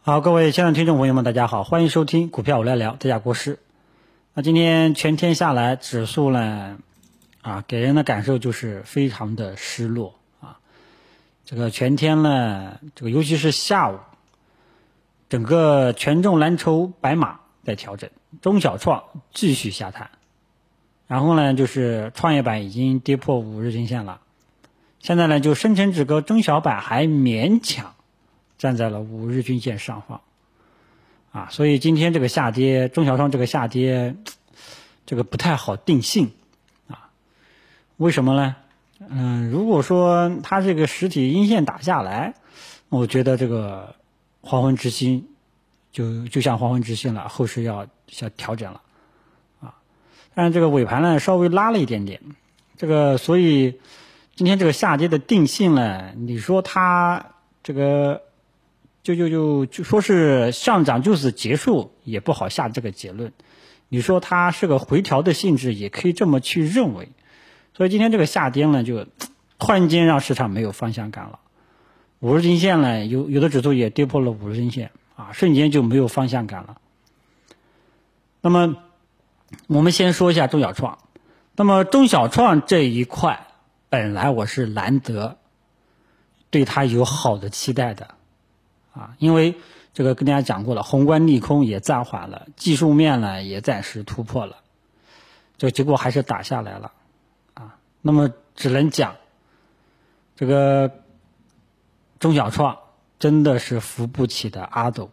好，各位亲爱的听众朋友们，大家好，欢迎收听股票我来聊，这家国师。那今天全天下来，指数呢，给人的感受就是非常的失落啊。这个全天呢，尤其是下午，整个权重蓝筹白马在调整，中小创继续下探，然后呢，就是创业板已经跌破5日均线了，现在呢，就深成指和中小板还勉强站在了5日均线上方，所以今天这个下跌，中小创这个下跌，这个不太好定性，为什么呢？如果说它这个实体阴线打下来，我觉得这个黄昏之星就像黄昏之星了，后市要调整了，但是这个尾盘呢稍微拉了一点点，所以今天这个下跌的定性呢，你说它这个就说是上涨就此结束，也不好下这个结论。你说它是个回调的性质，也可以这么去认为。所以今天这个下跌呢，就突然间让市场没有方向感了。5日均线呢，有的指数也跌破了5日均线瞬间就没有方向感了。那么我们先说一下中小创。那么中小创这一块，本来我是难得对它有好的期待的。因为这个跟大家讲过了，宏观利空也暂缓了，技术面呢也暂时突破了，这个结果还是打下来了那么只能讲这个中小创真的是扶不起的阿斗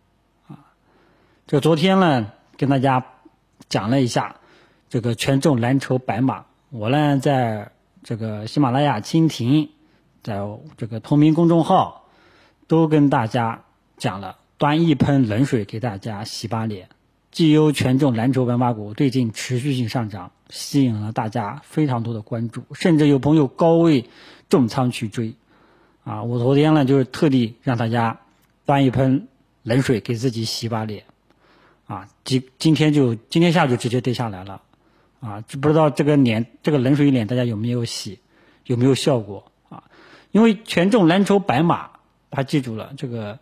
这昨天呢跟大家讲了一下这个权重蓝筹白马，我呢在这个喜马拉雅、蜻蜓，在这个同名公众号都跟大家讲了，端一盆冷水给大家洗把脸。绩优权重蓝筹白马股最近持续性上涨，吸引了大家非常多的关注，甚至有朋友高位重仓去追我昨天呢就是特地让大家端一盆冷水给自己洗把脸今天下午就直接跌下来了就不知道这个冷水脸大家有没有洗，有没有效果因为权重蓝筹白马他记住了这个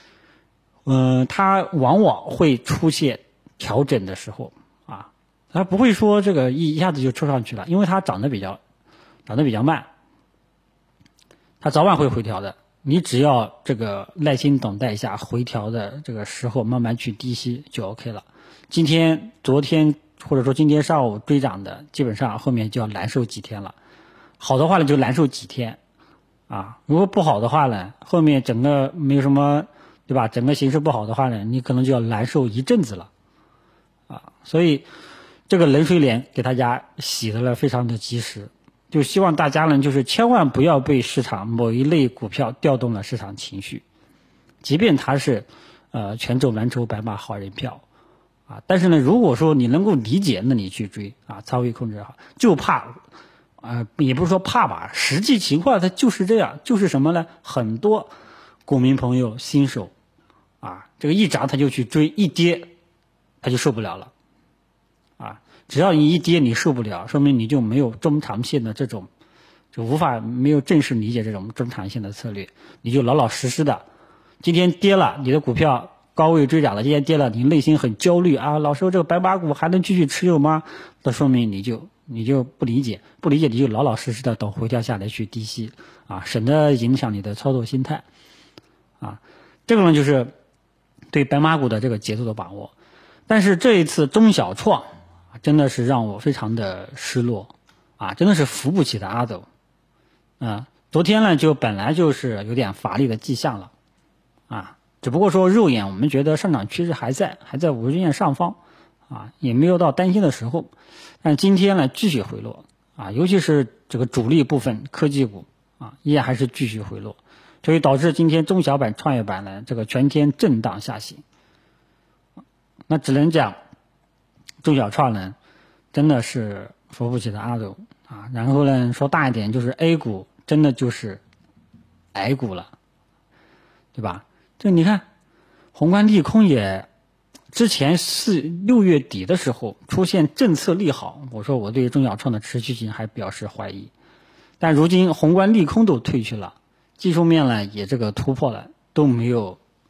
它往往会出现调整的时候它不会说这个一下子就冲上去了，因为它涨得比较慢，它早晚会回调的，你只要这个耐心等待一下回调的这个时候慢慢去低吸就 OK 了。昨天或者说今天上午追涨的，基本上后面就要难受几天了，好的话呢就难受几天如果不好的话呢，后面整个没有什么对吧，整个形势不好的话呢，你可能就要难受一阵子了所以这个冷水脸给大家洗的了非常的及时，就希望大家呢就是千万不要被市场某一类股票调动了市场情绪，即便它是权重蓝筹白马好人票但是呢如果说你能够理解，那你去追仓位控制好，就怕也不是说怕吧，实际情况它就是这样，就是什么呢？很多股民朋友新手这个一涨他就去追，一跌他就受不了了只要你一跌你受不了，说明你就没有中长线的这种，没有正式理解这种中长线的策略，你就老老实实的，今天跌了你的股票高位追涨了，今天跌了你内心很焦虑老师这个白马股还能继续持有吗？那说明你就不理解你就老老实实的等回调下来去低吸省得影响你的操作心态这个呢就是对白马股的这个节奏的把握。但是这一次中小创真的是让我非常的失落真的是扶不起的阿斗昨天呢就本来就是有点乏力的迹象了只不过说肉眼我们觉得上涨趋势还在5日均线上方也没有到担心的时候，但今天呢继续回落尤其是这个主力部分科技股依然还是继续回落，所以导致今天中小板创业板呢这个全天震荡下行。那只能讲中小创呢真的是扶不起的阿斗然后呢说大一点就是 A 股真的就是矮股了，对吧？这你看宏观利空也之前6月底的时候出现政策利好，我说我对中小创的持续性还表示怀疑，但如今宏观利空都退去了，技术面呢也这个突破了，都没有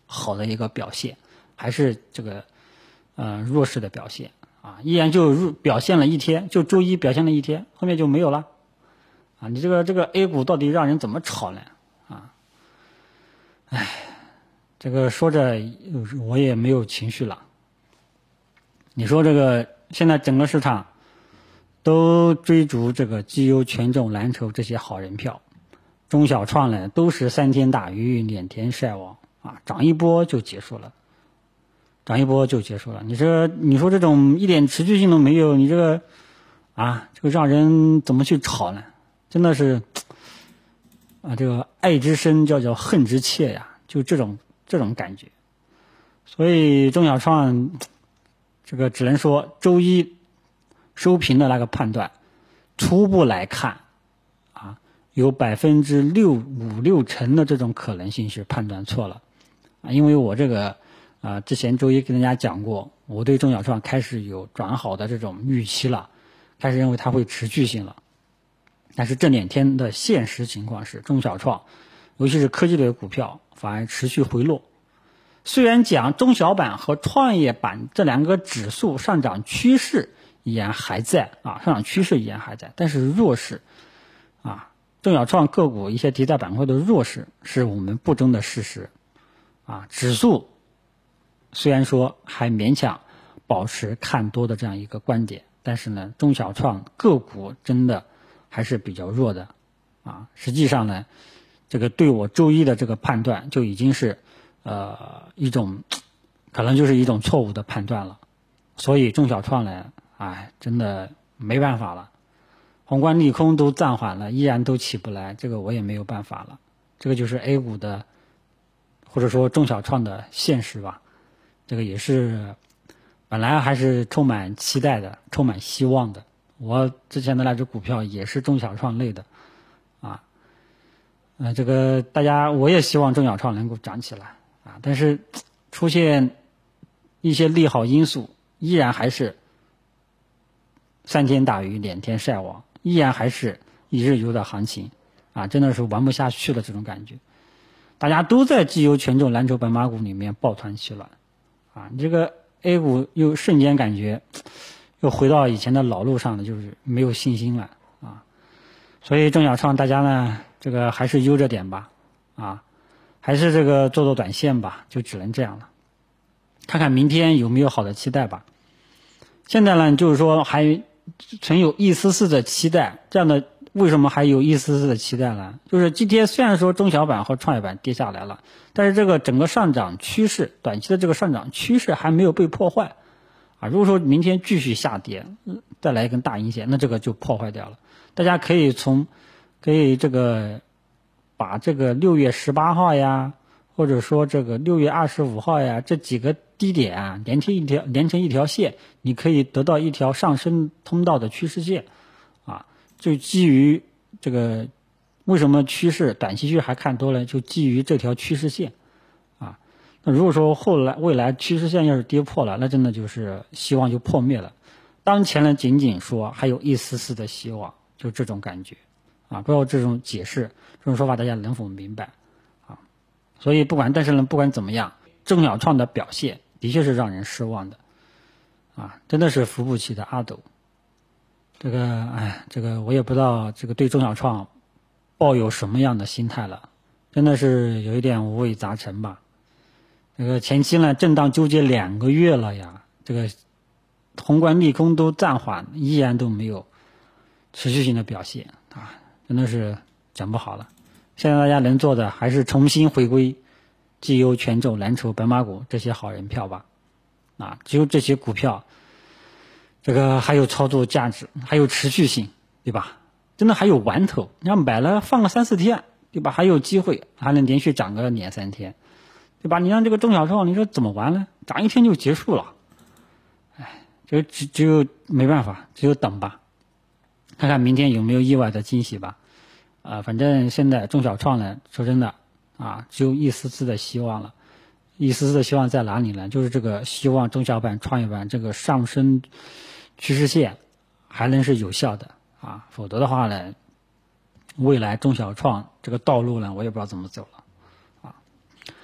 好的一个表现，还是这个弱势的表现啊，依然就表现了一天，就周一表现了一天，后面就没有了啊。你这个 A 股到底让人怎么炒呢？啊，唉，这个说着我也没有情绪了。你说这个现在整个市场都追逐这个绩优权重蓝筹这些好人票，中小创呢都是3天打鱼2天晒网啊，涨一波就结束了，涨一波就结束了。你说这种一点持续性都没有，你这个让人怎么去炒呢？真的是啊，这个爱之深叫恨之切呀，就这种感觉。所以中小创这个只能说周一收评的那个判断，初步来看啊，有5-6成的这种可能性是判断错了啊，因为我这个之前周一跟大家讲过，我对中小创开始有转好的这种预期了，开始认为它会持续性了。但是这2天的现实情况是，中小创尤其是科技类的股票反而持续回落。虽然讲中小板和创业板这2个指数上涨趋势依然还在啊，上涨趋势依然还在，但是弱势啊，中小创个股一些题材板块的弱势是我们不争的事实啊。指数虽然说还勉强保持看多的这样一个观点，但是呢，中小创个股真的还是比较弱的啊。实际上呢，这个对我周一的这个判断就已经是一种可能就是一种错误的判断了。所以中小创呢，真的没办法了，宏观利空都暂缓了，依然都起不来，这个我也没有办法了。这个就是 A 股的或者说中小创的现实吧。这个也是本来还是充满期待的，充满希望的。我之前的那只股票也是中小创类的啊，这个我也希望中小创能够涨起来啊，但是出现一些利好因素，依然还是3天打鱼2天晒网，依然还是一日游的行情啊，真的是玩不下去了这种感觉。大家都在绩优权重蓝筹白马股里面抱团取暖啊，你这个 A 股又瞬间感觉又回到以前的老路上了，就是没有信心了啊。所以中小创大家呢，这个还是悠着点吧啊，还是这个做短线吧，就只能这样了。看看明天有没有好的期待吧。现在呢，就是说还存有一丝丝的期待，这样的为什么还有一丝丝的期待呢？就是今天虽然说中小板和创业板跌下来了，但是这个整个上涨趋势，短期的这个上涨趋势还没有被破坏啊。如果说明天继续下跌，再来一根大阴线，那这个就破坏掉了。大家可以这个把这个6月18号呀，或者说这个6月25号呀，这几个低点啊，连成一条线，你可以得到一条上升通道的趋势线啊。就基于这个为什么短期趋势还看多了，就基于这条趋势线啊。那如果说未来趋势线要是跌破了，那真的就是希望就破灭了。当前呢，仅仅说还有一丝丝的希望，就这种感觉啊。不知道这种解释这种说法大家能否明白啊？所以不管怎么样，中小创的表现的确是让人失望的啊，真的是扶不起的阿斗。这个我也不知道这个对中小创抱有什么样的心态了，真的是有一点五味杂陈吧。这个前期呢震荡纠结2个月了呀，这个宏观利空都暂缓，依然都没有持续性的表现啊，真的是讲不好了。现在大家能做的还是重新回归绩优权重蓝筹白马股这些好人票吧啊，只有这些股票这个还有操作价值，还有持续性，对吧？真的还有玩头，你要买了放个3-4天，对吧？还有机会，还能连续涨个2-3天，对吧？你让这个中小创，你说怎么玩呢？涨1天就结束了，只有没办法，只有等吧，看看明天有没有意外的惊喜吧。反正现在中小创呢，说真的啊，只有一丝丝的希望了。一丝丝的希望在哪里呢？就是这个希望中小板、创业板这个上升趋势线还能是有效的啊，否则的话呢，未来中小创这个道路呢，我也不知道怎么走了啊。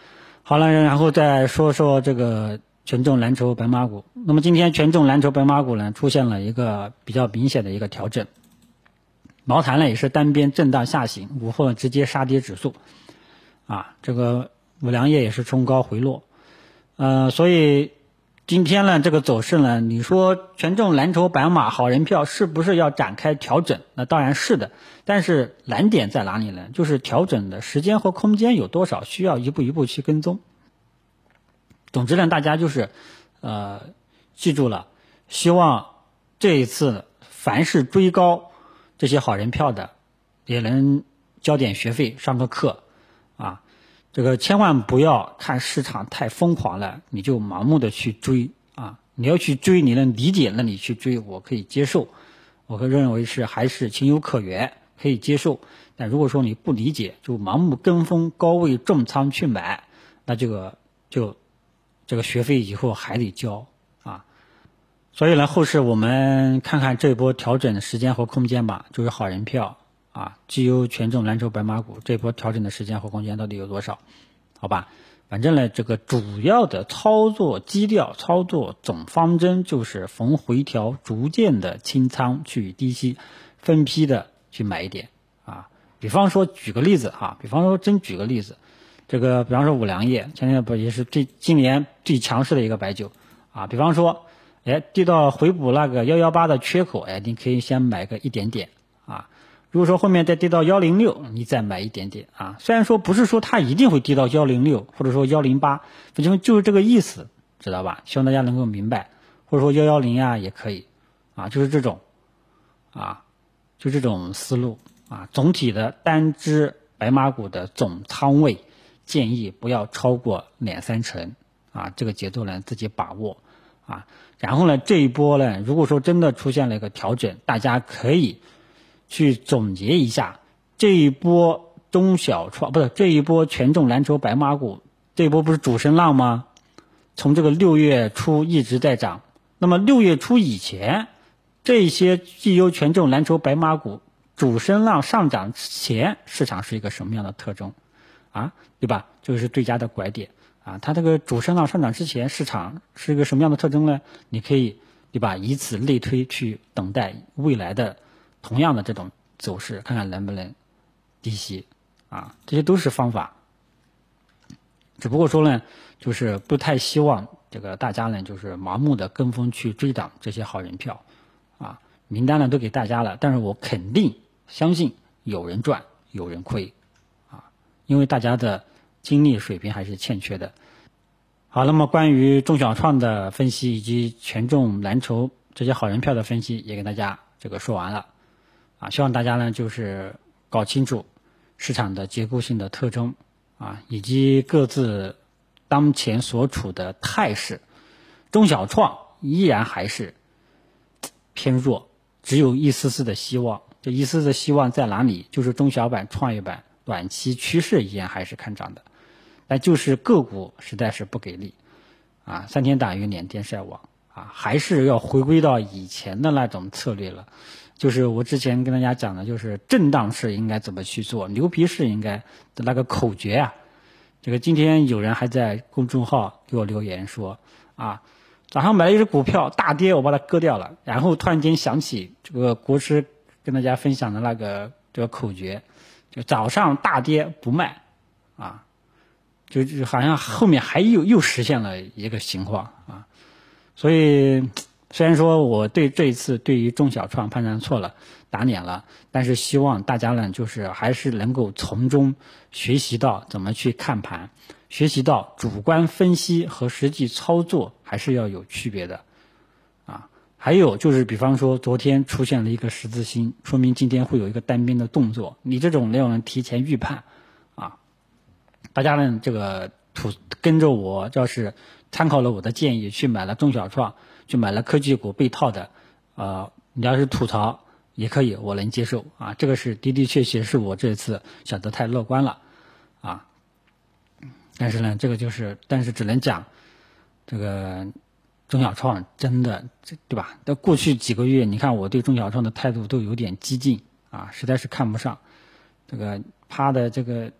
好了，然后再说说这个权重蓝筹白马股。那么今天权重蓝筹白马股呢出现了一个比较明显的一个调整，茅台呢也是单边震荡下行，午后直接杀跌指数，这个五粮液也是冲高回落，所以今天呢这个走势呢，你说权重蓝筹白马好人票是不是要展开调整？那当然是的，但是难点在哪里呢？就是调整的时间和空间有多少，需要一步一步去跟踪。总之呢，大家就是记住了，希望这一次凡是追高这些好人票的，也能交点学费上个课啊。这个千万不要看市场太疯狂了，你就盲目的去追啊！你要去追，你能理解，那你去追，我可以接受，我会认为是还是情有可原，可以接受。但如果说你不理解，就盲目跟风高位重仓去买，那这个学费以后还得交啊！所以呢，后市我们看看这波调整的时间和空间吧，就是好人票绩优权重蓝筹白马股这波调整的时间和空间到底有多少？好吧，反正呢，这个主要的操作基调、操作总方针就是逢回调逐渐的清仓去低吸，分批的去买一点比方说举个例子举个例子，这个比方说五粮液，前天不也是今年最强势的一个白酒比方说，跌到回补那个118的缺口，你可以先买个一点点如果说后面再跌到106，你再买一点点虽然说不是说它一定会跌到106，或者说108，反正就是这个意思，知道吧？希望大家能够明白，或者说110也可以就是这种就这种思路总体的单只白马股的总仓位建议不要超过2-3成这个节奏呢自己把握然后呢这一波呢，如果说真的出现了一个调整，大家可以去总结一下这一波这一波权重蓝筹白马股，这一波不是主升浪吗？从这个6月初一直在涨，那么6月初以前，这些绩优权重蓝筹白马股主升浪上涨前，市场是一个什么样的特征对吧？这个是最佳的拐点它这个主升浪上涨之前，市场是一个什么样的特征呢？你可以对吧，以此类推去等待未来的同样的这种走势，看看能不能低吸这些都是方法。只不过说呢，就是不太希望这个大家呢，就是盲目的跟风去追涨这些好人票名单呢都给大家了，但是我肯定相信有人赚有人亏因为大家的精力水平还是欠缺的。好，那么关于中小创的分析以及权重蓝筹这些好人票的分析也给大家这个说完了希望大家呢就是搞清楚市场的结构性的特征以及各自当前所处的态势。中小创依然还是偏弱，只有一丝丝的希望。这一丝丝的希望在哪里？就是中小板、创业板短期趋势依然还是看涨的，但就是个股实在是不给力3天打鱼两天晒网还是要回归到以前的那种策略了。就是我之前跟大家讲的，就是震荡市应该怎么去做，牛皮市应该的那个口诀这个今天有人还在公众号给我留言说早上买了一只股票大跌，我把它割掉了，然后突然间想起这个国师跟大家分享的那个这个口诀，就早上大跌不卖就好像后面还又实现了一个情况所以虽然说我对这一次对于中小创判断错了，打脸了，但是希望大家呢就是还是能够从中学习到怎么去看盘，学习到主观分析和实际操作还是要有区别的还有就是比方说昨天出现了一个十字星，说明今天会有一个单边的动作，你这种要能提前预判大家呢这个跟着我，要是参考了我的建议去买了中小创，去买了科技股被套的你要是吐槽也可以，我能接受这个是的确是我这次想得太乐观了但是呢这个就是但是只能讲这个中小创真的对吧，在过去几个月你看我对中小创的态度都有点激进实在是看不上这个趴的这个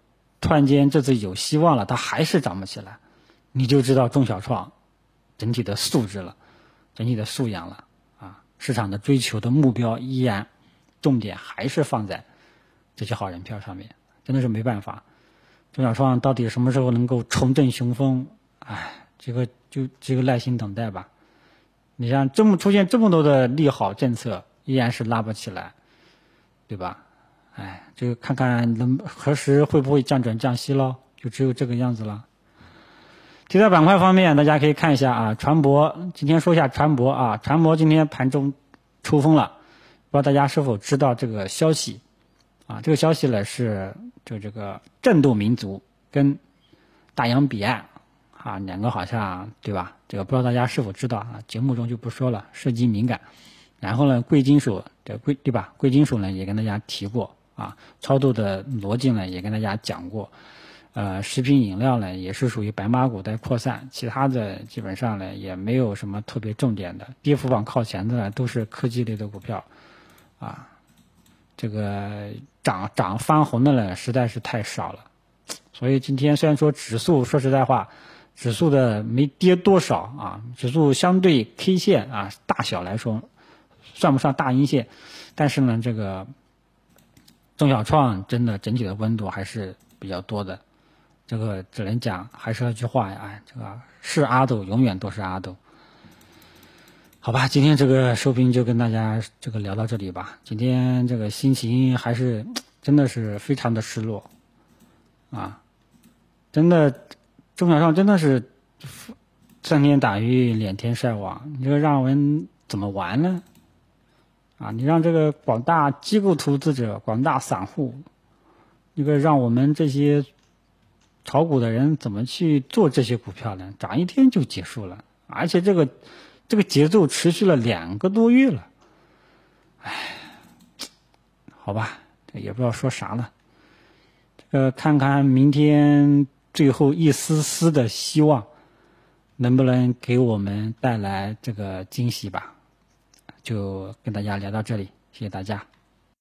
突然间这次有希望了，它还是涨不起来，你就知道中小创整体的素质了，整体的素养了啊！市场的追求的目标依然重点还是放在这些好人票上面，真的是没办法。中小创到底什么时候能够重振雄风？这个耐心等待吧。你像出现这么多的利好政策，依然是拉不起来，对吧？这个看看何时会不会降准降息咯，就只有这个样子了。题材板块方面，大家可以看一下啊，船舶，今天说一下船舶啊，船舶今天盘中抽风了，不知道大家是否知道这个消息啊？这个消息呢是这个震动民族跟大洋彼岸啊两个好像对吧？这个不知道大家是否知道啊？节目中就不说了，涉及敏感。然后呢，贵金属对吧？贵金属呢也跟大家提过啊，操作的逻辑呢也跟大家讲过。食品饮料呢也是属于白马股在扩散，其他的基本上呢也没有什么特别重点的，跌幅榜靠前的呢都是科技类的股票，啊，这个涨翻红的呢实在是太少了，所以今天虽然说指数说实在话，指数的没跌多少啊，指数相对 K 线啊大小来说算不上大阴线，但是呢这个中小创真的整体的温度还是比较多的。这个只能讲还是那句话呀，这个是阿斗永远都是阿斗。好吧，今天这个收评就跟大家这个聊到这里吧。今天这个心情还是真的是非常的失落啊，真的中小创真的是三天打鱼两天晒网，你这个让我们怎么玩呢？啊，你让这个广大机构投资者、广大散户，这个让我们这些炒股的人怎么去做这些股票呢？涨一天就结束了，而且这个节奏持续了2个多月了，好吧，也不知道说啥了。这个看看明天最后一丝丝的希望，能不能给我们带来这个惊喜吧？就跟大家聊到这里，谢谢大家。